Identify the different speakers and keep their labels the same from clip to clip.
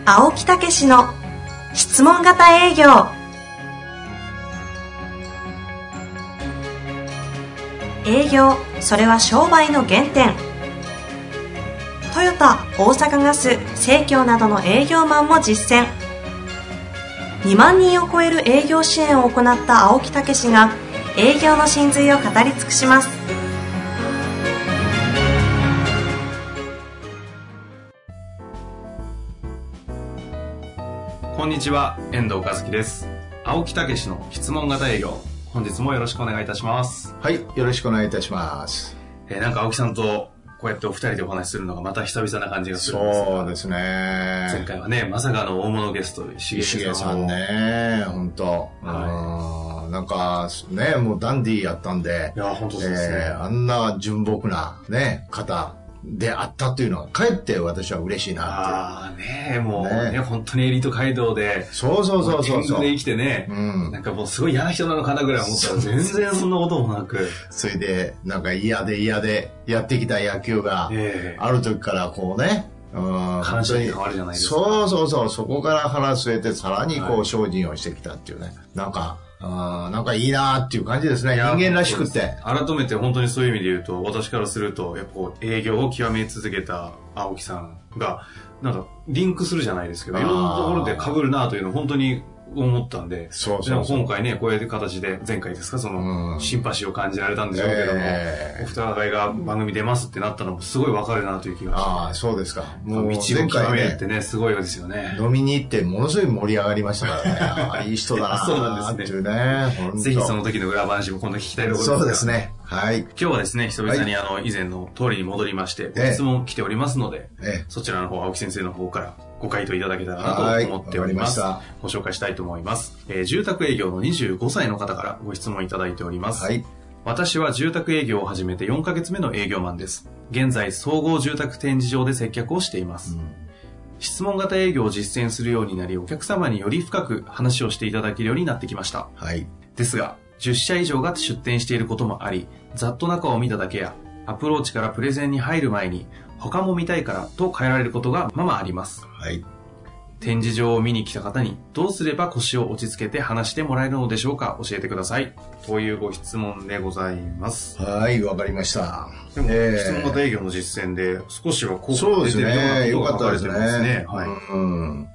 Speaker 1: 青木武の質問型営業。営業、それは商売の原点。トヨタ、大阪ガス、生協などの営業マンも実践。2万人を超える営業支援を行った青木武が営業の真髄を語り尽くします。
Speaker 2: こんにちは、遠藤和樹です。青木武の質問型営業、本日もよろしくお願いいたします。
Speaker 3: はい、よろしくお願いいたします。
Speaker 2: なんか青木さんとこうやってお二人でお話しするのがまた久々な感じがするんですが。
Speaker 3: そうですね。
Speaker 2: 前回はね、まさかの大物ゲスト、しげ
Speaker 3: さんね、本当、はい、なんかね、もうダンディーやったんで、
Speaker 2: いや本当そうですね、
Speaker 3: あんな純朴なね方であったというのはかえって私は嬉しいなって。
Speaker 2: ああね、もうね、本当にエリート街道で、
Speaker 3: そう天狗
Speaker 2: で生きてね、なんかもうすごい嫌な人なのかなぐらい思ったら全然そんなこともなく、
Speaker 3: それでなんか嫌でやってきた野球がある時からこうね、
Speaker 2: 話に変わるじゃないですか。
Speaker 3: そこから腹据えてさらにこう精進をしてきたっていうね、なんかいいなーっていう感じですね。人間らしくて。
Speaker 2: 改めて本当にそういう意味で言うと、私からすると、やっぱこう営業を極め続けた青木さんが、なんかリンクするじゃないですけど、いろんなところで被るなというのを本当に思ったんで、でも今回ね、こういう形で、前回ですか、その、シンパシーを感じられたんでしょうけども、お二人が番組出ますってなったのもすごいわかるなという気がして。
Speaker 3: ああ、そうですか。
Speaker 2: もう道を極めるってね、すごいですよね。
Speaker 3: 飲みに行ってものすごい盛り上がりましたからね。いい人だな
Speaker 2: そうなんですね。ぜひその時の裏話も今度聞きたいところですが。
Speaker 3: そうですね。はい。
Speaker 2: 今日はですね、久々に以前の通りに戻りまして、ご質問来ておりますので、そちらの方、青木先生の方からご回答いただけたらなと思っております。ご紹介したいと思います。住宅営業の25歳の方からご質問いただいております。はい。私は住宅営業を始めて4ヶ月目の営業マンです。現在、総合住宅展示場で接客をしています。質問型営業を実践するようになり、お客様により深く話をしていただけるようになってきました。はい。ですが、10社以上が出店していることもあり、ざっと中を見ただけや、アプローチからプレゼンに入る前に、他も見たいからと変えられることがままあります。はい。展示場を見に来た方にどうすれば腰を落ち着けて話してもらえるのでしょうか、教えてください。というご質問でございます。
Speaker 3: はい、わかりました。
Speaker 2: でも、質問型営業の実践で少しは効果が出てるようなことが書かれてるんですね。はい。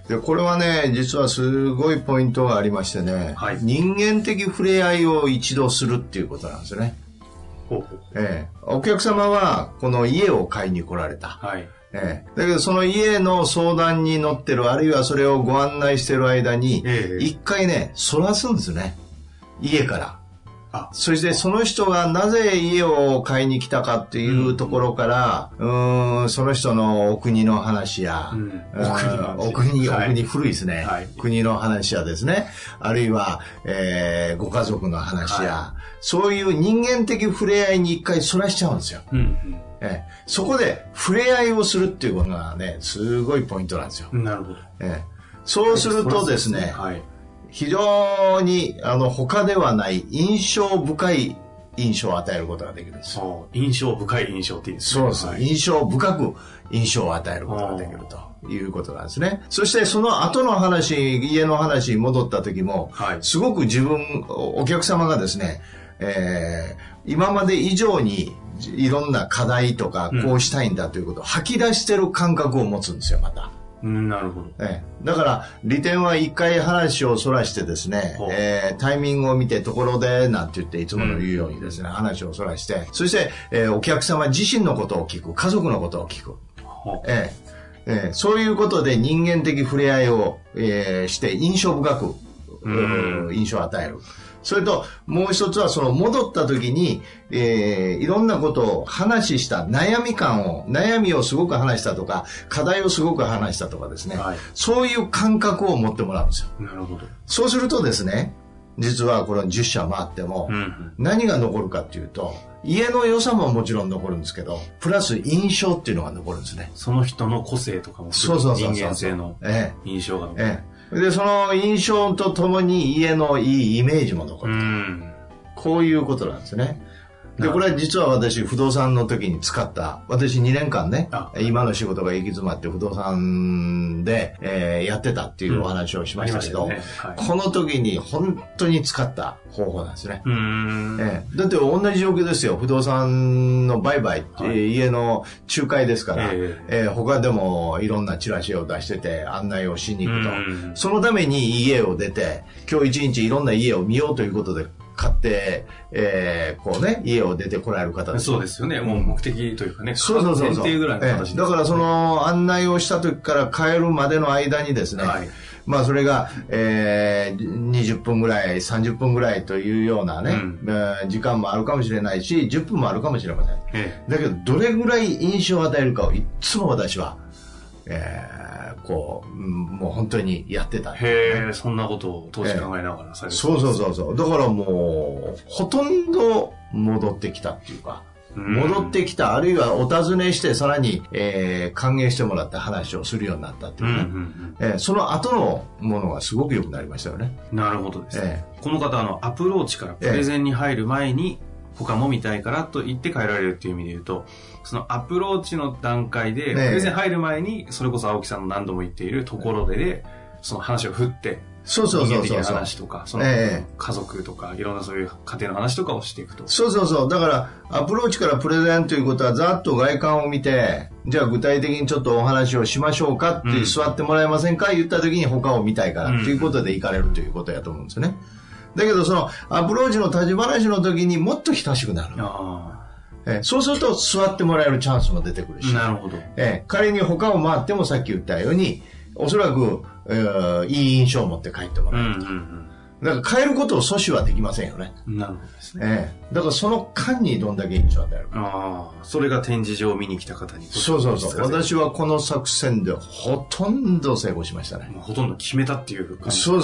Speaker 3: で、これはね、実はすごいポイントがありましてね、はい、人間的触れ合いを一度するっていうことなんですよね。お客様はこの家を買いに来られた。はい。だけどその家の相談に乗ってる、あるいはそれをご案内してる間に、一回ね、そらすんですね。家から。そしてその人がなぜ家を買いに来たかっていうところから、その人のお国の話や、お国古いですね、はい。国の話やですね。あるいは、ご家族の話や、はい、そういう人間的触れ合いに一回そらしちゃうんですよ。そこで触れ合いをするっていうことがね、すごいポイントなんですよ。
Speaker 2: なるほど。
Speaker 3: そうするとですね、非常に他ではない印象深い印象を与えることができるんです。
Speaker 2: 印象深い印象っていいですね。
Speaker 3: そうです、はい。印象深く印象を与えることができるということなんですね。そしてその後の話、家の話に戻った時も、すごくお客様がですね、今まで以上にいろんな課題とかこうしたいんだということを吐き出してる感覚を持つんですよ、また。
Speaker 2: なるほど。
Speaker 3: だから利点は一回話をそらしてですね、タイミングを見てところでなんて言っていつもの言うようにですね、話をそらして、そして、お客様自身のことを聞く、家族のことを聞く、そういうことで人間的触れ合いを、して印象深く印象を与える。それともう一つはその戻った時に、いろんなことを話した悩みをすごく話したとか課題をすごく話したとかですね、そういう感覚を持ってもらうんですよ。
Speaker 2: なるほど。
Speaker 3: そうするとですね、実はこれ10社回っても何が残るかっていうと、家の良さももちろん残るんですけど、プラス印象っていうのが残るんですね。
Speaker 2: その人の個性とかも人間性の印象が残る。
Speaker 3: で、その印象とともに家のいいイメージも残る。こういうことなんですね。 で、これは実は私、不動産の時に使った、私2年間ね、今の仕事が行き詰まって不動産で、やってたっていうお話をしましたけど、この時に本当に使った方法なんですね。だって同じ状況ですよ。不動産の売買って、家の仲介ですから、他でもいろんなチラシを出してて案内をしに行くと。そのために家を出て、今日一日いろんな家を見ようということで、買って、こうね、家を出てこられる方です。
Speaker 2: そうですよね。もう目的というかね。
Speaker 3: そう
Speaker 2: っていうぐらいの形です、ね。
Speaker 3: だからその案内をした時から帰るまでの間にですね、まあそれが、20分ぐらい、30分ぐらいというようなね、時間もあるかもしれないし、10分もあるかもしれません。だけど、どれぐらい印象を与えるかをいつも私は、こう、もう本当にやってた、ね。
Speaker 2: へえ、そんなことを当時考えながらされてた。
Speaker 3: そう。だからもう、ほとんど戻ってきたっていうか、戻ってきた、あるいはお尋ねしてさらに、歓迎してもらって話をするようになったっていうね。その後のものがすごく良くなりましたよね。
Speaker 2: なるほどですね。この方、アプローチからプレゼンに入る前に、他も見たいからと言って帰られるっていう意味で言うと、そのアプローチの段階で、プレゼン入る前に、それこそ青木さんの何度も言っているところで、その話を振って、
Speaker 3: 人間
Speaker 2: 的な話とか、その家族とか、いろんなそういう家庭の話とかをしていくと。
Speaker 3: そう。だから、アプローチからプレゼンということは、ざっと外観を見て、じゃあ具体的にちょっとお話をしましょうかって、座ってもらえませんか言った時に他を見たいからっていうことで行かれるということやと思うんですよね。だけどそのアプローチの立ち話の時にもっと親しくなる。そうすると座ってもらえるチャンスも出てくるし。
Speaker 2: なるほど。
Speaker 3: 仮に他を回ってもさっき言ったように、おそらく、いい印象を持って帰ってもらえると。だから変えることを阻止はできませんよね。
Speaker 2: なるほどですね。
Speaker 3: だからその間にどんだけ印象を与える
Speaker 2: か。それが展示場を見に来た方に。
Speaker 3: そう。私はこの作戦でほとんど成功しましたね。
Speaker 2: ほとんど決めたっていう感じ、
Speaker 3: そう。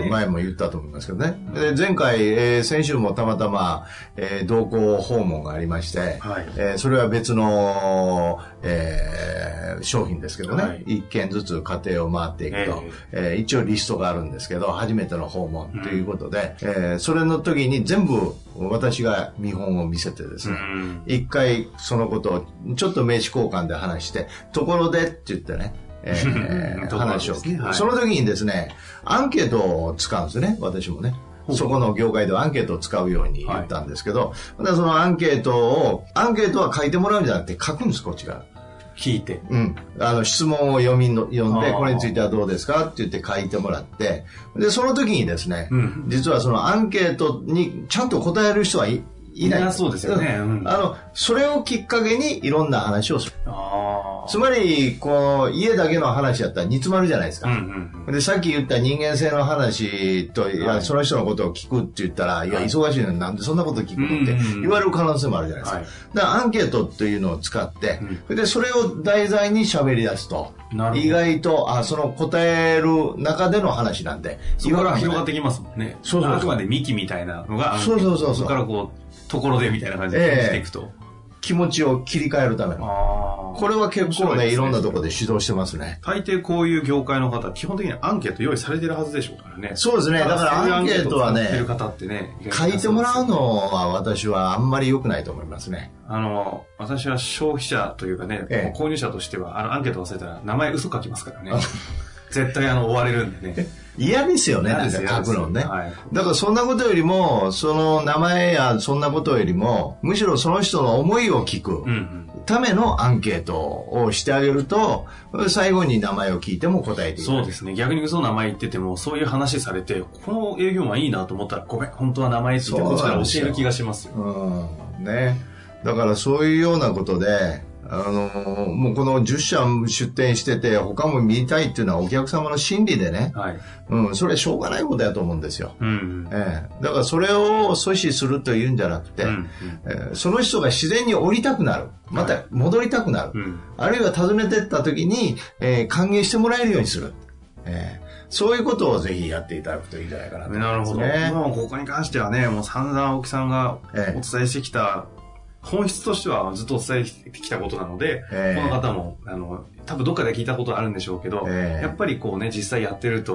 Speaker 3: 前も言ったと思いますけどね。で前回、先週もたまたま、同行訪問がありまして、それは別の、商品ですけどね。一軒ずつ家庭を回っていくと、一応リストがあるんですけど、初めての訪問ということで、それの時に全部私が見本を見せてですね、一回そのことをちょっと名刺交換で話して、ところでって言ってね、話を聞く。その時にですね、アンケートを使うんですね、私もね。そこの業界ではアンケートを使うように言ったんですけど、そのアンケートは書いてもらうんじゃなくて書くんです、こっちが。
Speaker 2: 聞いて。
Speaker 3: 質問を読んで、これについてはどうですかって言って書いてもらって、で、その時にですね、実はそのアンケートにちゃんと答える人はいない。
Speaker 2: そうですよね。
Speaker 3: それをきっかけにいろんな話をする。つまり、こう、家だけの話だったら煮詰まるじゃないですか。で、さっき言った人間性の話と、その人のことを聞くって言ったら、いや、忙しいのになんでそんなこと聞くのって言われる可能性もあるじゃないですか。だから、アンケートというのを使って、で、それを題材に喋り出すと、意外と、その答える中での話なんで、
Speaker 2: そこから広がってきますもんね。あくまで幹みたいなのが、
Speaker 3: そこ
Speaker 2: からこう、ところでみたいな感じでしていくと。
Speaker 3: 気持ちを切り替えるための。これは結構ね、いろんなところで指導してますね。
Speaker 2: 大抵こういう業界の方は基本的にアンケート用意されてるはずでしょうからね。
Speaker 3: そうですね。だからアンケートはね、
Speaker 2: 書
Speaker 3: いてもらうのは私はあんまり良くないと思いますね。
Speaker 2: 私は消費者というかね、購入者としては、アンケート忘れたら名前嘘書きますからね。絶対追われるんでね。
Speaker 3: 嫌ですよね、書くのね。だからそんなことよりも、その名前やそんなことよりも、むしろその人の思いを聞くためのアンケートをしてあげると、最後に名前を聞いても答えていく。
Speaker 2: そうですね。逆に嘘の名前言ってても、そういう話されて、この営業マンいいなと思ったら、ごめん、本当は名前って言ってこっちから教える気がしますよ。
Speaker 3: ね。だからそういうようなことで、もうこの10社出店してて他も見たいっていうのはお客様の心理でね、それはしょうがないことだと思うんですよ。だからそれを阻止するというんじゃなくて、その人が自然に降りたくなる、また戻りたくなる、あるいは訪ねてった時に、歓迎してもらえるようにする、そういうことをぜひやっていただくといいんじゃないかなと思いますね。
Speaker 2: なるほど。もうここに関してはね、もう散々青木さんがお伝えしてきた本質としてはずっとお伝えしてきたことなので、この方も多分どっかで聞いたことあるんでしょうけど、やっぱりこうね、実際やってると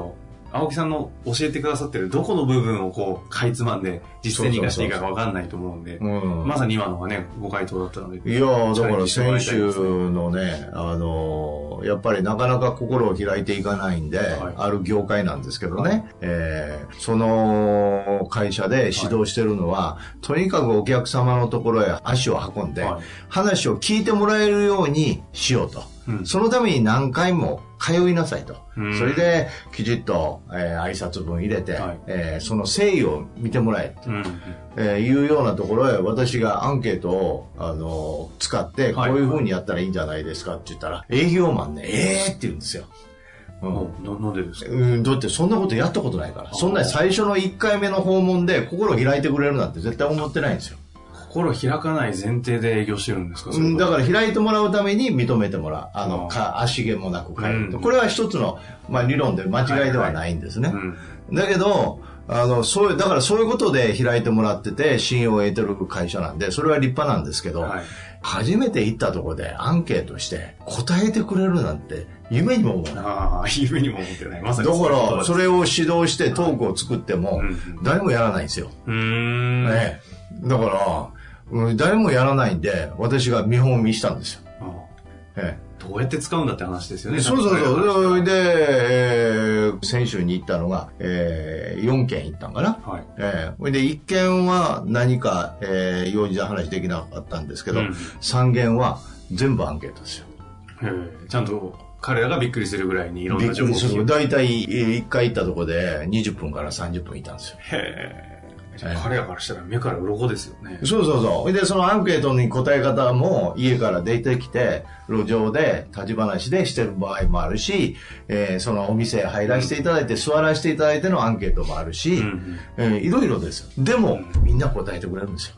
Speaker 2: 青木さんの教えてくださってるどこの部分をこうかいつまんで実践に生かしていいか分かんないと思うんで、まさに今のがねご回答だったので。
Speaker 3: いやだから選手のねやっぱりなかなか心を開いていかないんで、ある業界なんですけどね、その会社で指導してるのは、とにかくお客様のところへ足を運んで、話を聞いてもらえるようにしようと、そのために何回も通いなさいと、それできちっと、挨拶文入れて、その誠意を見てもらえと、いうようなところへ私がアンケートを使ってこういうふうにやったらいいんじゃないですかって言ったら、営業マンねって言うんですよ。
Speaker 2: なんでですか？
Speaker 3: だってそんなことやったことないから。そんな最初の1回目の訪問で心を開いてくれるなんて絶対思ってないんですよ。
Speaker 2: 心開かない前提で営業してるんですか？
Speaker 3: だから開いてもらうために認めてもらう。足毛もなく変えると。これは一つの、理論で間違いではないんですね。だけど、だからそういうことで開いてもらってて信用を得てる会社なんで、それは立派なんですけど、初めて行ったところでアンケートして答えてくれるなんて夢にも思わない。
Speaker 2: 夢にも思ってない。まさに
Speaker 3: だからそれを指導してトークを作っても誰もやらないんですよ。だから誰もやらないんで私が見本見したんですよ。
Speaker 2: どうやって使うんだって話ですよね。
Speaker 3: そうで、先週に行ったのが、4件行ったんかな。で1件は何か、用事で話できなかったんですけど、3件は全部アンケートですよ。
Speaker 2: ちゃんと彼らがびっくりするぐらいにいろんな情報を聞いて。
Speaker 3: だいたい1回行ったとこで20分から30分いたんですよ。
Speaker 2: 彼らからしたら目から鱗ですよね。
Speaker 3: そうでそのアンケートに答え方も家から出てきて路上で立ち話でしてる場合もあるし、そのお店へ入らせていただいて座らせていただいてのアンケートもあるし、いろいろですよ。でもみんな答えてくれるんですよ。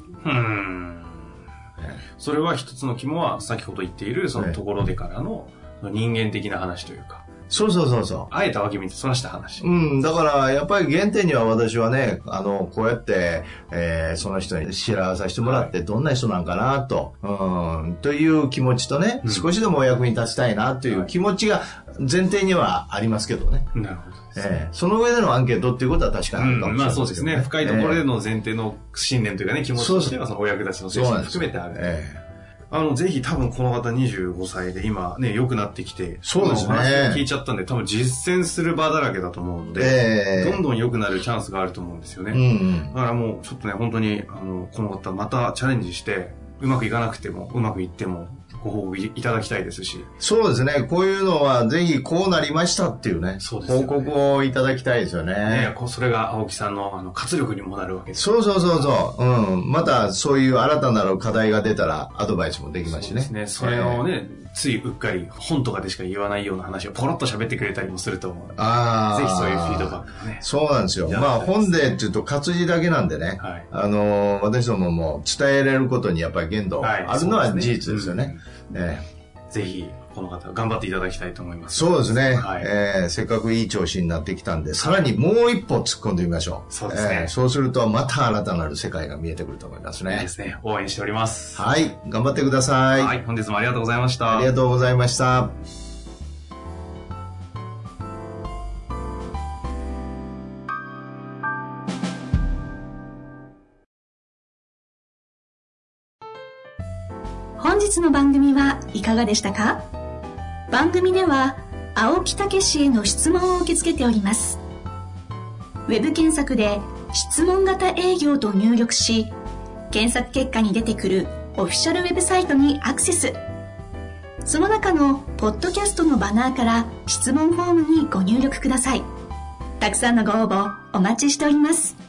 Speaker 2: それは一つの肝は先ほど言っているそのところでからの人間的な話というか、
Speaker 3: そう。
Speaker 2: あえたわけ見てそらした話。
Speaker 3: だからやっぱり原点には私はね、こうやって、その人に知らさせてもらってどんな人なんかなと、という気持ちとね、少しでもお役に立ちたいなという気持ちが前提にはありますけどね。
Speaker 2: なるほどですね。
Speaker 3: その上でのアンケートっていうことは確かにあるかもしれないですけどね。
Speaker 2: そうですね。深いところでの前提の信念というかね、気持ちとしてはそのお役立ちの精神含めてある。ぜひ多分この方25歳で今ね、良くなってきて、
Speaker 3: そうですね。
Speaker 2: 話を聞いちゃったんで、多分実践する場だらけだと思うので、どんどん良くなるチャンスがあると思うんですよね。だからもうちょっとね、本当に、この方またチャレンジして、うまくいかなくても、うまくいっても、ご報告いただきたいですし。
Speaker 3: そうですね。こういうのはぜひこうなりましたっていうね、報告をいただきたいですよね。
Speaker 2: それが青木さんの活力にもなるわけです。
Speaker 3: そう。またそういう新たなる課題が出たらアドバイスもできますしね。
Speaker 2: そうですね。それをね、ついうっかり本とかでしか言わないような話をポロッと喋ってくれたりもすると思うので、ぜひそういうフィードバックね。
Speaker 3: そうなんですよ。本でっていうと活字だけなんでね、私どもも伝えられることにやっぱり限度あるのは事実ですよね。
Speaker 2: ぜひこの方頑張っていただきたいと思います。
Speaker 3: そうですね。せっかくいい調子になってきたんで、さらにもう一歩突っ込んでみましょう。
Speaker 2: そうですね。
Speaker 3: そうするとまた新たなる世界が見えてくると思いますね。
Speaker 2: いいですね。応援しております。
Speaker 3: はい。頑張ってください。
Speaker 2: 本日もありがとうございました。
Speaker 3: ありがとうございました。
Speaker 1: 本日の番組はいかがでしたか？番組では青木武氏への質問を受け付けております。ウェブ検索で質問型営業と入力し、検索結果に出てくるオフィシャルウェブサイトにアクセス。その中のポッドキャストのバナーから質問フォームにご入力ください。たくさんのご応募お待ちしております。